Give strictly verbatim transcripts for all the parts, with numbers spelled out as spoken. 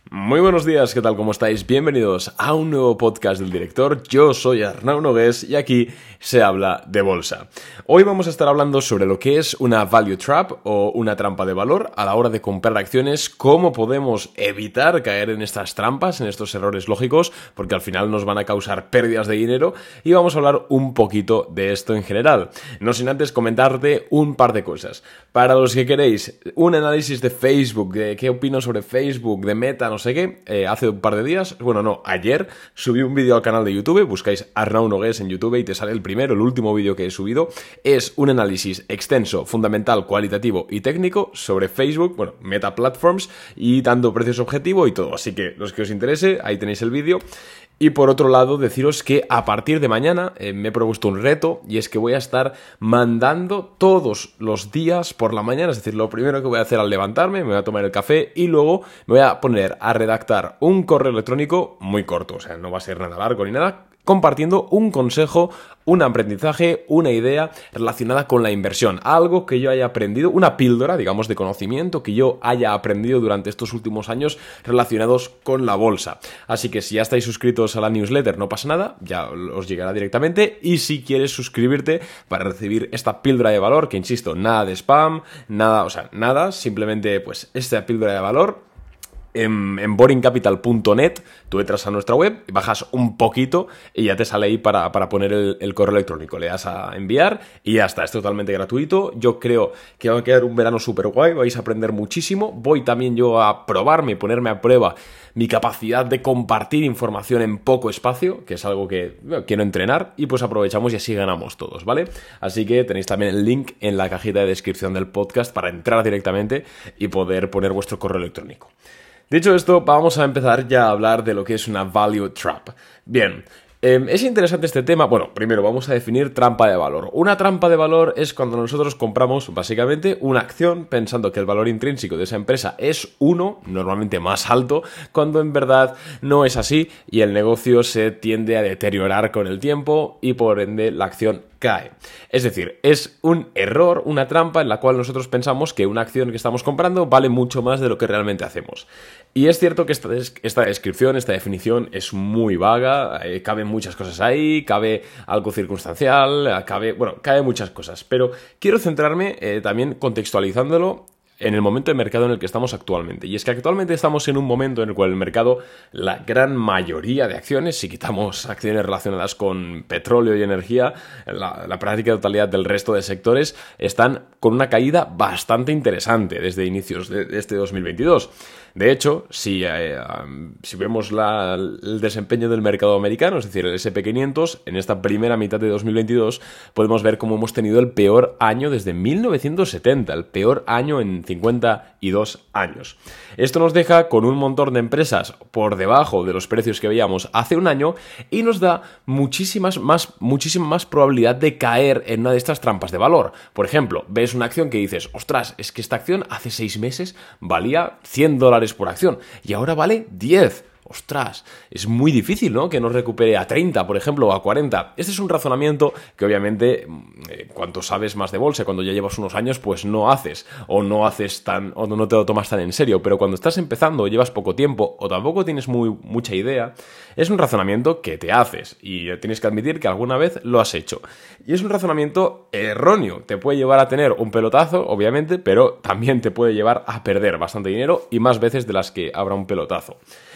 Muy buenos días, ¿qué tal? ¿Cómo estáis? Bienvenidos a un nuevo podcast del director. Yo soy Arnau Nogués y aquí se habla de bolsa. Hoy vamos a estar hablando sobre lo que es una value trap o una trampa de valor a la hora de comprar acciones, cómo podemos evitar caer en estas trampas, en estos errores lógicos, porque al final nos van a causar pérdidas de dinero, y vamos a hablar un poquito de esto en general. No sin antes comentarte un par de cosas. Para los que queréis un análisis de Facebook, de qué opino sobre Facebook, de Meta, no sé qué, eh, hace un par de días, bueno no, ayer subí un vídeo al canal de YouTube, buscáis Arnau Nogués en YouTube y te sale el primero, el último vídeo que he subido. Es un análisis extenso, fundamental, cualitativo y técnico sobre Facebook, bueno, Meta Platforms, y dando precios objetivo y todo, así que los que os interese, ahí tenéis el vídeo. Y por otro lado, deciros que a partir de mañana eh, me he propuesto un reto, y es que voy a estar mandando todos los días por la mañana, es decir, lo primero que voy a hacer al levantarme, me voy a tomar el café y luego me voy a poner a redactar un correo electrónico muy corto, o sea, no va a ser nada largo ni nada, compartiendo un consejo, un aprendizaje, una idea relacionada con la inversión, algo que yo haya aprendido, una píldora, digamos, de conocimiento que yo haya aprendido durante estos últimos años relacionados con la bolsa. Así que si ya estáis suscritos a la newsletter no pasa nada, ya os llegará directamente, y si quieres suscribirte para recibir esta píldora de valor, que insisto, nada de spam, nada, o sea, nada, simplemente pues esta píldora de valor, En, en boring capital punto net, tú entras a nuestra web, bajas un poquito y ya te sale ahí para, para poner el, el correo electrónico. Le das a enviar y ya está, es totalmente gratuito. Yo creo que va a quedar un verano súper guay, vais a aprender muchísimo. Voy también yo a probarme, ponerme a prueba mi capacidad de compartir información en poco espacio, que es algo que bueno, quiero entrenar, y pues aprovechamos y así ganamos todos, ¿vale? Así que tenéis también el link en la cajita de descripción del podcast para entrar directamente y poder poner vuestro correo electrónico. Dicho esto, vamos a empezar ya a hablar de lo que es una value trap. Bien, eh, es interesante este tema. Bueno, primero vamos a definir trampa de valor. Una trampa de valor es cuando nosotros compramos básicamente una acción pensando que el valor intrínseco de esa empresa es uno, normalmente más alto, cuando en verdad no es así y el negocio se tiende a deteriorar con el tiempo y por ende la acción cae. Es decir, es un error, una trampa en la cual nosotros pensamos que una acción que estamos comprando vale mucho más de lo que realmente hacemos. Y es cierto que esta, des- esta descripción, esta definición es muy vaga, eh, caben muchas cosas ahí, cabe algo circunstancial, cabe, bueno, cabe muchas cosas, pero quiero centrarme eh, también contextualizándolo en el momento de mercado en el que estamos actualmente. Y es que actualmente estamos en un momento en el cual el mercado, la gran mayoría de acciones, si quitamos acciones relacionadas con petróleo y energía, la, la práctica totalidad del resto de sectores están con una caída bastante interesante desde inicios de, de este dos mil veintidós. De hecho, si, eh, um, si vemos la, el desempeño del mercado americano, es decir, el ese and pe quinientos, en esta primera mitad de dos mil veintidós, podemos ver cómo hemos tenido el peor año desde mil novecientos setenta, el peor año en cincuenta y dos años. Esto nos deja con un montón de empresas por debajo de los precios que veíamos hace un año y nos da muchísimas más, muchísima más probabilidad de caer en una de estas trampas de valor. Por ejemplo, ves una acción que dices, ostras, es que esta acción hace seis meses valía cien dólares por acción y ahora vale diez. Ostras, es muy difícil, ¿no?, que nos recupere a treinta, por ejemplo, o a cuarenta. Este es un razonamiento que obviamente, eh, cuanto sabes más de bolsa, cuando ya llevas unos años, pues no haces, o no haces tan, o no te lo tomas tan en serio. Pero cuando estás empezando, llevas poco tiempo, o tampoco tienes muy, mucha idea, es un razonamiento que te haces, y tienes que admitir que alguna vez lo has hecho. Y es un razonamiento erróneo. Te puede llevar a tener un pelotazo, obviamente, pero también te puede llevar a perder bastante dinero, y más veces de las que habrá un pelotazo.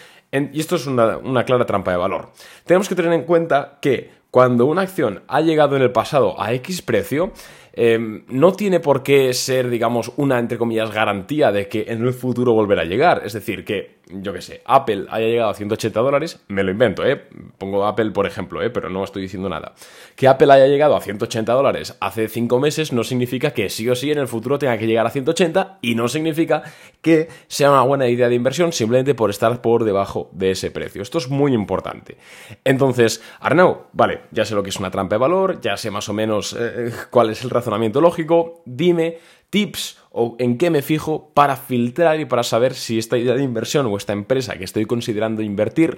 Y esto es una, una clara trampa de valor. Tenemos que tener en cuenta que cuando una acción ha llegado en el pasado a X precio, eh, no tiene por qué ser, digamos, una, entre comillas, garantía de que en el futuro volverá a llegar. Es decir, que, yo qué sé, Apple haya llegado a ciento ochenta dólares, me lo invento, ¿eh? Pongo Apple por ejemplo, ¿eh? Pero no estoy diciendo nada. Que Apple haya llegado a ciento ochenta dólares hace cinco meses no significa que sí o sí en el futuro tenga que llegar a ciento ochenta, y no significa que sea una buena idea de inversión simplemente por estar por debajo de ese precio. Esto es muy importante. Entonces, Arnau, vale, ya sé lo que es una trampa de valor, ya sé más o menos eh, cuál es el razonamiento lógico. Dime tips o en qué me fijo para filtrar y para saber si esta idea de inversión o esta empresa que estoy considerando invertir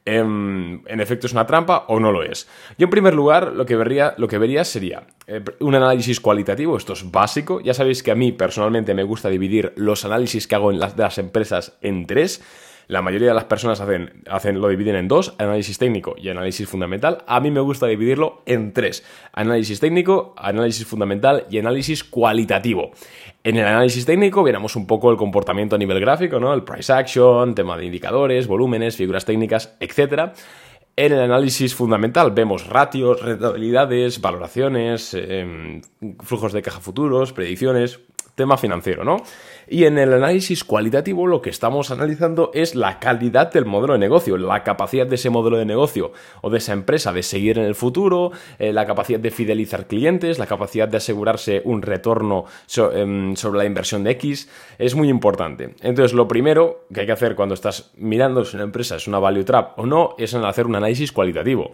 en, en efecto es una trampa o no lo es. Yo en primer lugar lo que vería, lo que vería sería eh, un análisis cualitativo. Esto es básico. Ya sabéis que a mí personalmente me gusta dividir los análisis que hago en las, de las empresas en tres. La mayoría de las personas hacen, hacen, lo dividen en dos, análisis técnico y análisis fundamental. A mí me gusta dividirlo en tres: análisis técnico, análisis fundamental y análisis cualitativo. En el análisis técnico veremos un poco el comportamiento a nivel gráfico, ¿no? El price action, tema de indicadores, volúmenes, figuras técnicas, etcétera. En el análisis fundamental vemos ratios, rentabilidades, valoraciones, eh, flujos de caja futuros, predicciones, tema financiero, ¿no? Y en el análisis cualitativo lo que estamos analizando es la calidad del modelo de negocio, la capacidad de ese modelo de negocio o de esa empresa de seguir en el futuro, eh, la capacidad de fidelizar clientes, la capacidad de asegurarse un retorno so, eh, sobre la inversión de X. Es muy importante. Entonces, lo primero que hay que hacer cuando estás mirando si una empresa es una value trap o no es hacer un análisis cualitativo.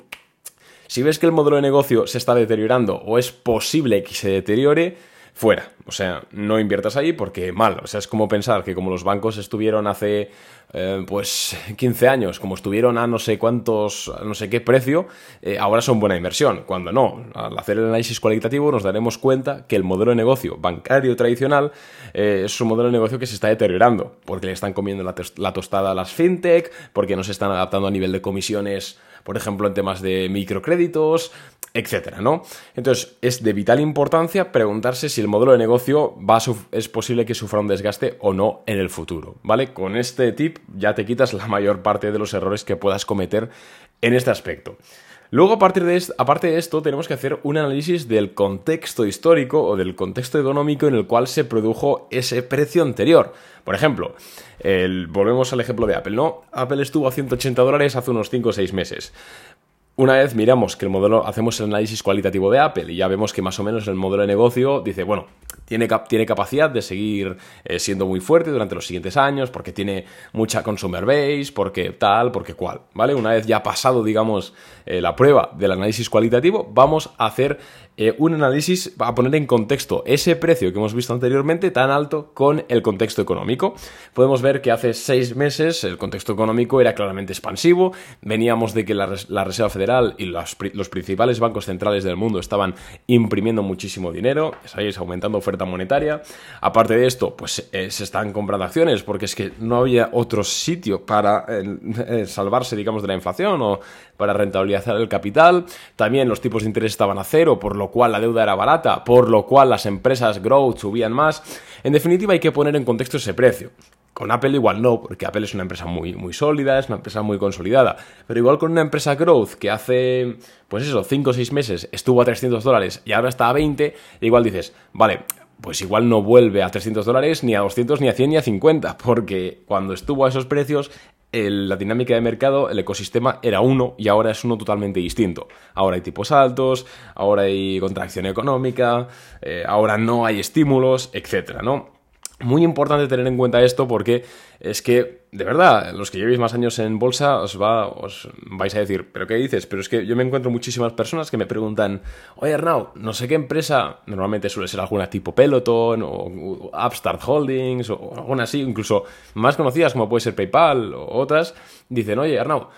Si ves que el modelo de negocio se está deteriorando o es posible que se deteriore, fuera. O sea, no inviertas ahí porque mal. O sea, es como pensar que como los bancos estuvieron hace eh, pues quince años, como estuvieron a no sé cuántos, a no sé qué precio, eh, ahora son buena inversión. Cuando no, al hacer el análisis cualitativo nos daremos cuenta que el modelo de negocio bancario tradicional eh, es un modelo de negocio que se está deteriorando porque le están comiendo la, tos- la tostada a las fintech, porque no se están adaptando a nivel de comisiones, por ejemplo, en temas de microcréditos, etcétera, ¿no? Entonces, es de vital importancia preguntarse si el modelo de negocio va a suf- es posible que sufra un desgaste o no en el futuro, ¿vale? Con este tip ya te quitas la mayor parte de los errores que puedas cometer en este aspecto. Luego, a partir de esto, aparte de esto, tenemos que hacer un análisis del contexto histórico o del contexto económico en el cual se produjo ese precio anterior. Por ejemplo, el, volvemos al ejemplo de Apple, ¿no? Apple estuvo a ciento ochenta dólares hace unos cinco o seis meses. Una vez miramos que el modelo, hacemos el análisis cualitativo de Apple y ya vemos que más o menos el modelo de negocio dice, bueno, tiene, tiene capacidad de seguir eh, siendo muy fuerte durante los siguientes años porque tiene mucha consumer base, porque tal, porque cual, ¿vale? Una vez ya pasado, digamos, eh, la prueba del análisis cualitativo, vamos a hacer eh, un análisis, a poner en contexto ese precio que hemos visto anteriormente tan alto con el contexto económico. Podemos ver que hace seis meses el contexto económico era claramente expansivo, veníamos de que la, la Reserva Federal y los, los principales bancos centrales del mundo estaban imprimiendo muchísimo dinero, ¿sabéis? Aumentando oferta monetaria. Aparte de esto, pues eh, se están comprando acciones porque es que no había otro sitio para eh, eh, salvarse, digamos, de la inflación o para rentabilizar el capital. También los tipos de interés estaban a cero, por lo cual la deuda era barata, por lo cual las empresas growth subían más. En definitiva, hay que poner en contexto ese precio. Con Apple igual no, porque Apple es una empresa muy, muy sólida, es una empresa muy consolidada. Pero igual con una empresa growth que hace, pues eso, cinco o seis meses estuvo a trescientos dólares y ahora está a veinte, igual dices, vale, pues igual no vuelve a trescientos dólares, ni a doscientos, ni a cien, ni a cincuenta, porque cuando estuvo a esos precios, el, la dinámica de mercado, el ecosistema era uno y ahora es uno totalmente distinto. Ahora hay tipos altos, ahora hay contracción económica, eh, ahora no hay estímulos, etcétera, ¿no? Muy importante tener en cuenta esto porque es que, de verdad, los que llevéis más años en bolsa os, va, os vais a decir, ¿pero qué dices? Pero es que yo me encuentro muchísimas personas que me preguntan, oye Arnau, no sé qué empresa, normalmente suele ser alguna tipo Peloton o Upstart Holdings o alguna así, incluso más conocidas como puede ser PayPal o otras, dicen, oye Arnau,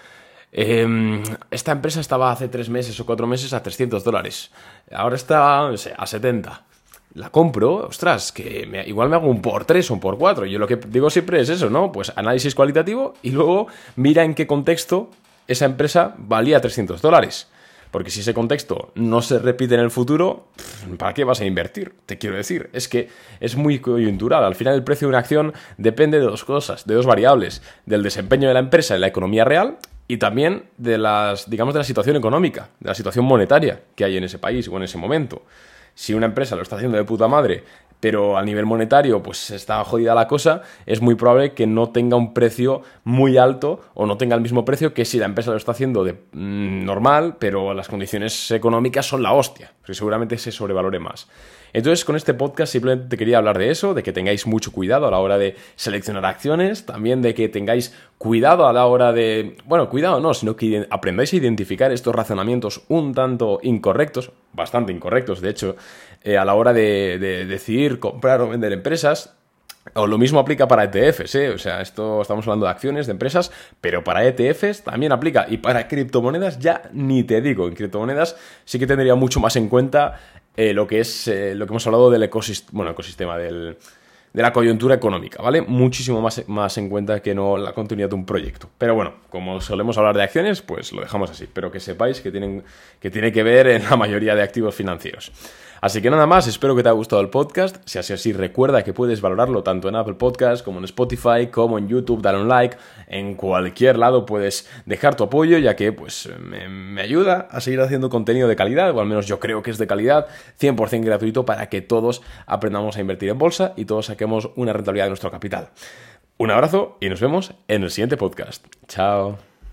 Eh, esta empresa estaba hace tres meses o cuatro meses a trescientos dólares, ahora está, no sé, a setenta. La compro, ostras, que me, igual me hago un por tres o un por cuatro. Yo lo que digo siempre es eso, ¿no? Pues análisis cualitativo y luego mira en qué contexto esa empresa valía trescientos dólares. Porque si ese contexto no se repite en el futuro, ¿para qué vas a invertir? Te quiero decir, es que es muy coyuntural. Al final el precio de una acción depende de dos cosas, de dos variables. Del desempeño de la empresa en la economía real y también de las, digamos, de la situación económica, de la situación monetaria que hay en ese país o en ese momento. Si una empresa lo está haciendo de puta madre, pero a nivel monetario pues está jodida la cosa, es muy probable que no tenga un precio muy alto o no tenga el mismo precio que si la empresa lo está haciendo de mmm, normal, pero las condiciones económicas son la hostia, porque seguramente se sobrevalore más. Entonces, con este podcast simplemente te quería hablar de eso, de que tengáis mucho cuidado a la hora de seleccionar acciones, también de que tengáis cuidado a la hora de... Bueno, cuidado no, sino que aprendáis a identificar estos razonamientos un tanto incorrectos, bastante incorrectos, de hecho, eh, a la hora de, de decidir comprar o vender empresas. O lo mismo aplica para E T Fs, ¿eh? O sea, esto estamos hablando de acciones, de empresas, pero para E T Fs también aplica. Y para criptomonedas ya ni te digo. En criptomonedas sí que tendría mucho más en cuenta eh, lo que es eh, lo que hemos hablado del ecosistema, bueno, ecosistema, del, de la coyuntura económica, ¿vale? Muchísimo más, más en cuenta que no la continuidad de un proyecto. Pero bueno, como solemos hablar de acciones, pues lo dejamos así. Pero que sepáis que, tienen, que tiene que ver en la mayoría de activos financieros. Así que nada más, espero que te haya gustado el podcast. Si así así, recuerda que puedes valorarlo tanto en Apple Podcast como en Spotify, como en YouTube, dale un like. En cualquier lado puedes dejar tu apoyo, ya que pues me, me ayuda a seguir haciendo contenido de calidad, o al menos yo creo que es de calidad, cien por ciento gratuito, para que todos aprendamos a invertir en bolsa y todos saquemos una rentabilidad de nuestro capital. Un abrazo y nos vemos en el siguiente podcast. Chao.